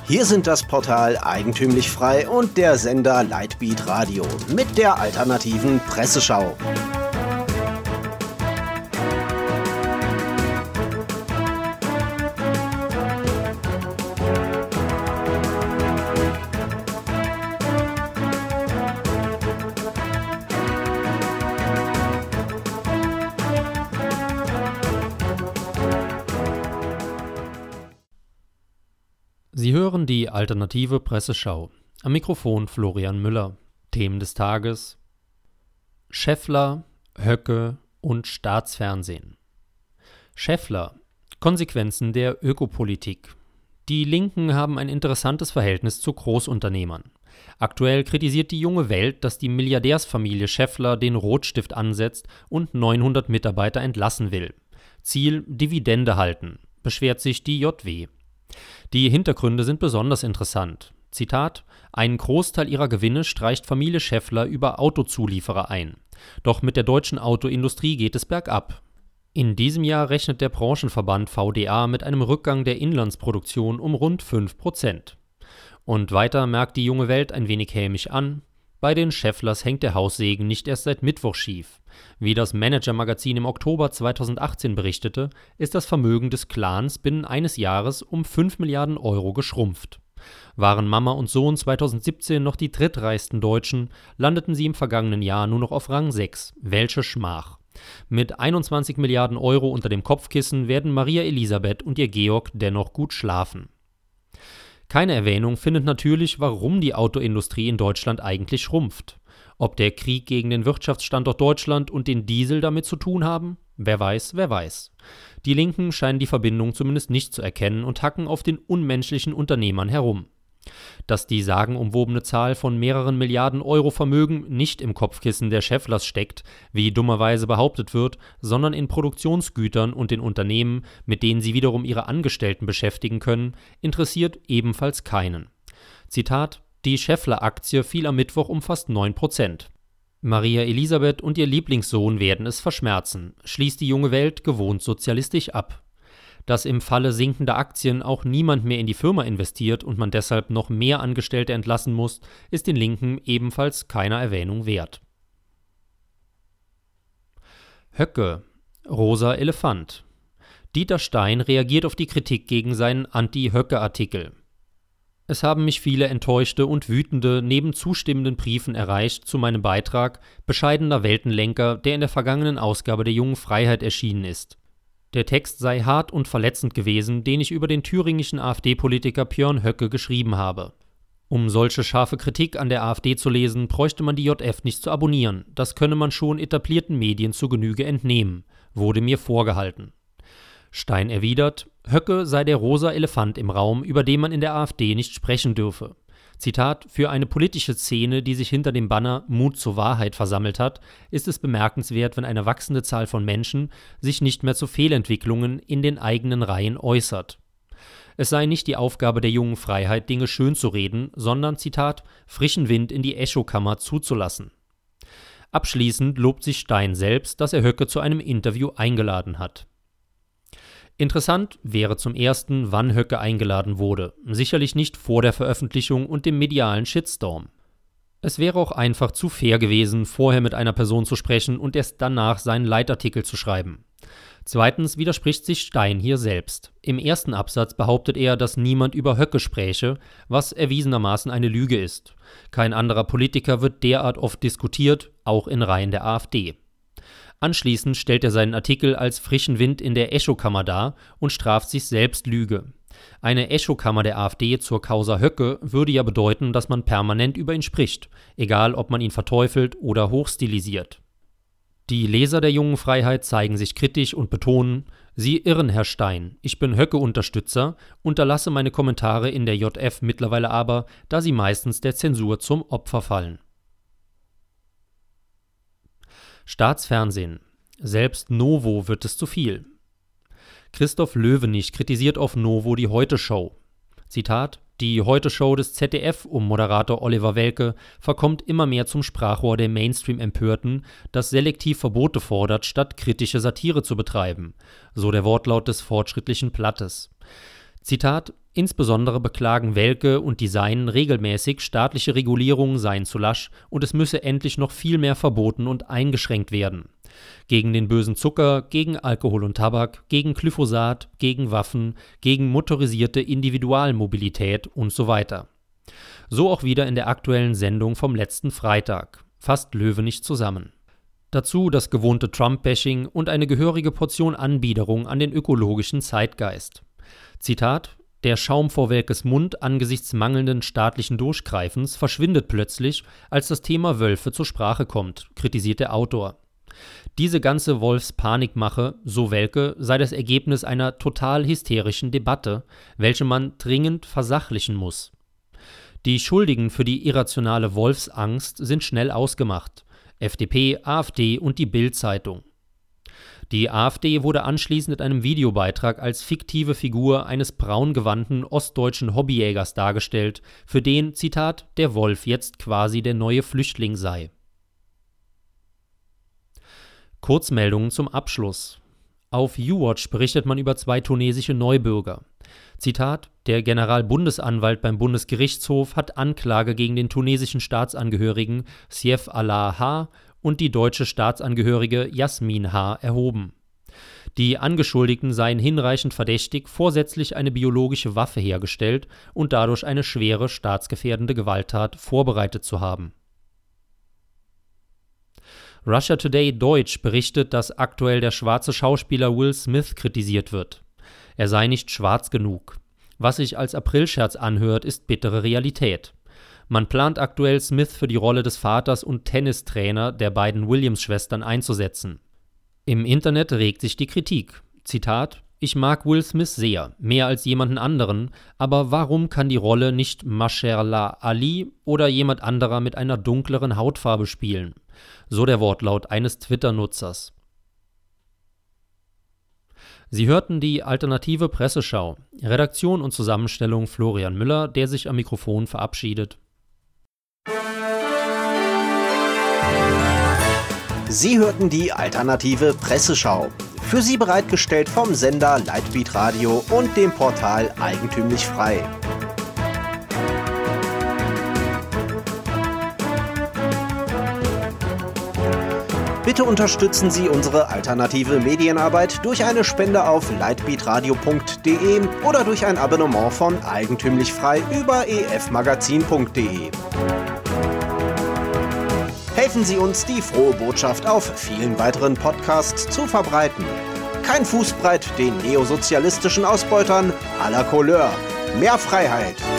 Hier sind das Portal Eigentümlich Frei und der Sender Lightbeat Radio mit der alternativen Presseschau. Sie hören die alternative Presseschau. Am Mikrofon Florian Müller. Themen des Tages: Schaeffler, Höcke und Staatsfernsehen. Schaeffler: Konsequenzen der Ökopolitik. Die Linken haben ein interessantes Verhältnis zu Großunternehmern. Aktuell kritisiert die Junge Welt, dass die Milliardärsfamilie Schaeffler den Rotstift ansetzt und 900 Mitarbeiter entlassen will. Ziel: Dividende halten, beschwert sich die JW. Die Hintergründe sind besonders interessant. Zitat: Einen Großteil ihrer Gewinne streicht Familie Schaeffler über Autozulieferer ein. Doch mit der deutschen Autoindustrie geht es bergab. In diesem Jahr rechnet der Branchenverband VDA mit einem Rückgang der Inlandsproduktion um rund 5%. Und weiter merkt die Junge Welt ein wenig hämisch an: Bei den Schaefflers hängt der Haussegen nicht erst seit Mittwoch schief. Wie das Manager-Magazin im Oktober 2018 berichtete, ist das Vermögen des Clans binnen eines Jahres um 5 Milliarden Euro geschrumpft. Waren Mama und Sohn 2017 noch die drittreichsten Deutschen, landeten sie im vergangenen Jahr nur noch auf Rang 6. Welche Schmach! Mit 21 Milliarden Euro unter dem Kopfkissen werden Maria Elisabeth und ihr Georg dennoch gut schlafen. Keine Erwähnung findet natürlich, warum die Autoindustrie in Deutschland eigentlich schrumpft. Ob der Krieg gegen den Wirtschaftsstandort Deutschland und den Diesel damit zu tun haben? Wer weiß, wer weiß. Die Linken scheinen die Verbindung zumindest nicht zu erkennen und hacken auf den unmenschlichen Unternehmern herum. Dass die sagenumwobene Zahl von mehreren Milliarden Euro Vermögen nicht im Kopfkissen der Schaefflers steckt, wie dummerweise behauptet wird, sondern in Produktionsgütern und in Unternehmen, mit denen sie wiederum ihre Angestellten beschäftigen können, interessiert ebenfalls keinen. Zitat: Die Schaeffler-Aktie fiel am Mittwoch um fast 9%. Maria Elisabeth und ihr Lieblingssohn werden es verschmerzen, schließt die Junge Welt gewohnt sozialistisch ab. Dass im Falle sinkender Aktien auch niemand mehr in die Firma investiert und man deshalb noch mehr Angestellte entlassen muss, ist den Linken ebenfalls keiner Erwähnung wert. Höcke: Rosa Elefant. Dieter Stein reagiert auf die Kritik gegen seinen Anti-Höcke-Artikel. Es haben mich viele enttäuschte und wütende neben zustimmenden Briefen erreicht zu meinem Beitrag Bescheidener Weltenlenker, der in der vergangenen Ausgabe der Jungen Freiheit erschienen ist. Der Text sei hart und verletzend gewesen, den ich über den thüringischen AfD-Politiker Björn Höcke geschrieben habe. Um solche scharfe Kritik an der AfD zu lesen, bräuchte man die JF nicht zu abonnieren. Das könne man schon etablierten Medien zu Genüge entnehmen, wurde mir vorgehalten. Stein erwidert, Höcke sei der rosa Elefant im Raum, über den man in der AfD nicht sprechen dürfe. Zitat: Für eine politische Szene, die sich hinter dem Banner Mut zur Wahrheit versammelt hat, ist es bemerkenswert, wenn eine wachsende Zahl von Menschen sich nicht mehr zu Fehlentwicklungen in den eigenen Reihen äußert. Es sei nicht die Aufgabe der Jungen Freiheit, Dinge schön zu reden, sondern, Zitat, frischen Wind in die Echokammer zuzulassen. Abschließend lobt sich Stein selbst, dass er Höcke zu einem Interview eingeladen hat. Interessant wäre zum ersten, wann Höcke eingeladen wurde. Sicherlich nicht vor der Veröffentlichung und dem medialen Shitstorm. Es wäre auch einfach zu fair gewesen, vorher mit einer Person zu sprechen und erst danach seinen Leitartikel zu schreiben. Zweitens widerspricht sich Stein hier selbst. Im ersten Absatz behauptet er, dass niemand über Höcke spräche, was erwiesenermaßen eine Lüge ist. Kein anderer Politiker wird derart oft diskutiert, auch in Reihen der AfD. Anschließend stellt er seinen Artikel als frischen Wind in der Echokammer dar und straft sich selbst Lüge. Eine Echokammer der AfD zur Causa Höcke würde ja bedeuten, dass man permanent über ihn spricht, egal ob man ihn verteufelt oder hochstilisiert. Die Leser der Jungen Freiheit zeigen sich kritisch und betonen, Sie irren, Herr Stein, ich bin Höcke-Unterstützer, unterlasse meine Kommentare in der JF mittlerweile aber, da sie meistens der Zensur zum Opfer fallen. Staatsfernsehen. Selbst Novo wird es zu viel. Christoph Löwenich kritisiert auf Novo die Heute-Show. Zitat: Die Heute-Show des ZDF um Moderator Oliver Welke verkommt immer mehr zum Sprachrohr der Mainstream-Empörten, das selektiv Verbote fordert, statt kritische Satire zu betreiben, so der Wortlaut des fortschrittlichen Blattes. Zitat: Insbesondere beklagen Welke und Design regelmäßig, staatliche Regulierungen seien zu lasch und es müsse endlich noch viel mehr verboten und eingeschränkt werden. Gegen den bösen Zucker, gegen Alkohol und Tabak, gegen Glyphosat, gegen Waffen, gegen motorisierte Individualmobilität und so weiter. So auch wieder in der aktuellen Sendung vom letzten Freitag. Fasst Löwe nicht zusammen. Dazu das gewohnte Trump-Bashing und eine gehörige Portion Anbiederung an den ökologischen Zeitgeist. Zitat: Der Schaum vor Welkes Mund angesichts mangelnden staatlichen Durchgreifens verschwindet plötzlich, als das Thema Wölfe zur Sprache kommt, kritisiert der Autor. Diese ganze Wolfspanikmache, so Welke, sei das Ergebnis einer total hysterischen Debatte, welche man dringend versachlichen muss. Die Schuldigen für die irrationale Wolfsangst sind schnell ausgemacht: FDP, AfD und die Bild-Zeitung. Die AfD wurde anschließend in einem Videobeitrag als fiktive Figur eines braungewandten ostdeutschen Hobbyjägers dargestellt, für den, Zitat, der Wolf jetzt quasi der neue Flüchtling sei. Kurzmeldungen zum Abschluss. Auf YouWatch berichtet man über 2 tunesische Neubürger. Zitat: Der Generalbundesanwalt beim Bundesgerichtshof hat Anklage gegen den tunesischen Staatsangehörigen Sief Allah H. und die deutsche Staatsangehörige Jasmin H. erhoben. Die Angeschuldigten seien hinreichend verdächtig, vorsätzlich eine biologische Waffe hergestellt und dadurch eine schwere staatsgefährdende Gewalttat vorbereitet zu haben. Russia Today Deutsch berichtet, dass aktuell der schwarze Schauspieler Will Smith kritisiert wird. Er sei nicht schwarz genug. Was sich als Aprilscherz anhört, ist bittere Realität. Man plant aktuell, Smith für die Rolle des Vaters und Tennistrainer der beiden Williams-Schwestern einzusetzen. Im Internet regt sich die Kritik. Zitat: Ich mag Will Smith sehr, mehr als jemanden anderen, aber warum kann die Rolle nicht Mahershala Ali oder jemand anderer mit einer dunkleren Hautfarbe spielen? So der Wortlaut eines Twitter-Nutzers. Sie hörten die alternative Presseschau. Redaktion und Zusammenstellung Florian Müller, der sich am Mikrofon verabschiedet. Sie hörten die alternative Presseschau. Für Sie bereitgestellt vom Sender Lightbeat Radio und dem Portal Eigentümlich Frei. Bitte unterstützen Sie unsere alternative Medienarbeit durch eine Spende auf lightbeatradio.de oder durch ein Abonnement von Eigentümlich Frei über efmagazin.de. Helfen Sie uns, die frohe Botschaft auf vielen weiteren Podcasts zu verbreiten. Kein Fußbreit den neosozialistischen Ausbeutern à la Couleur. Mehr Freiheit.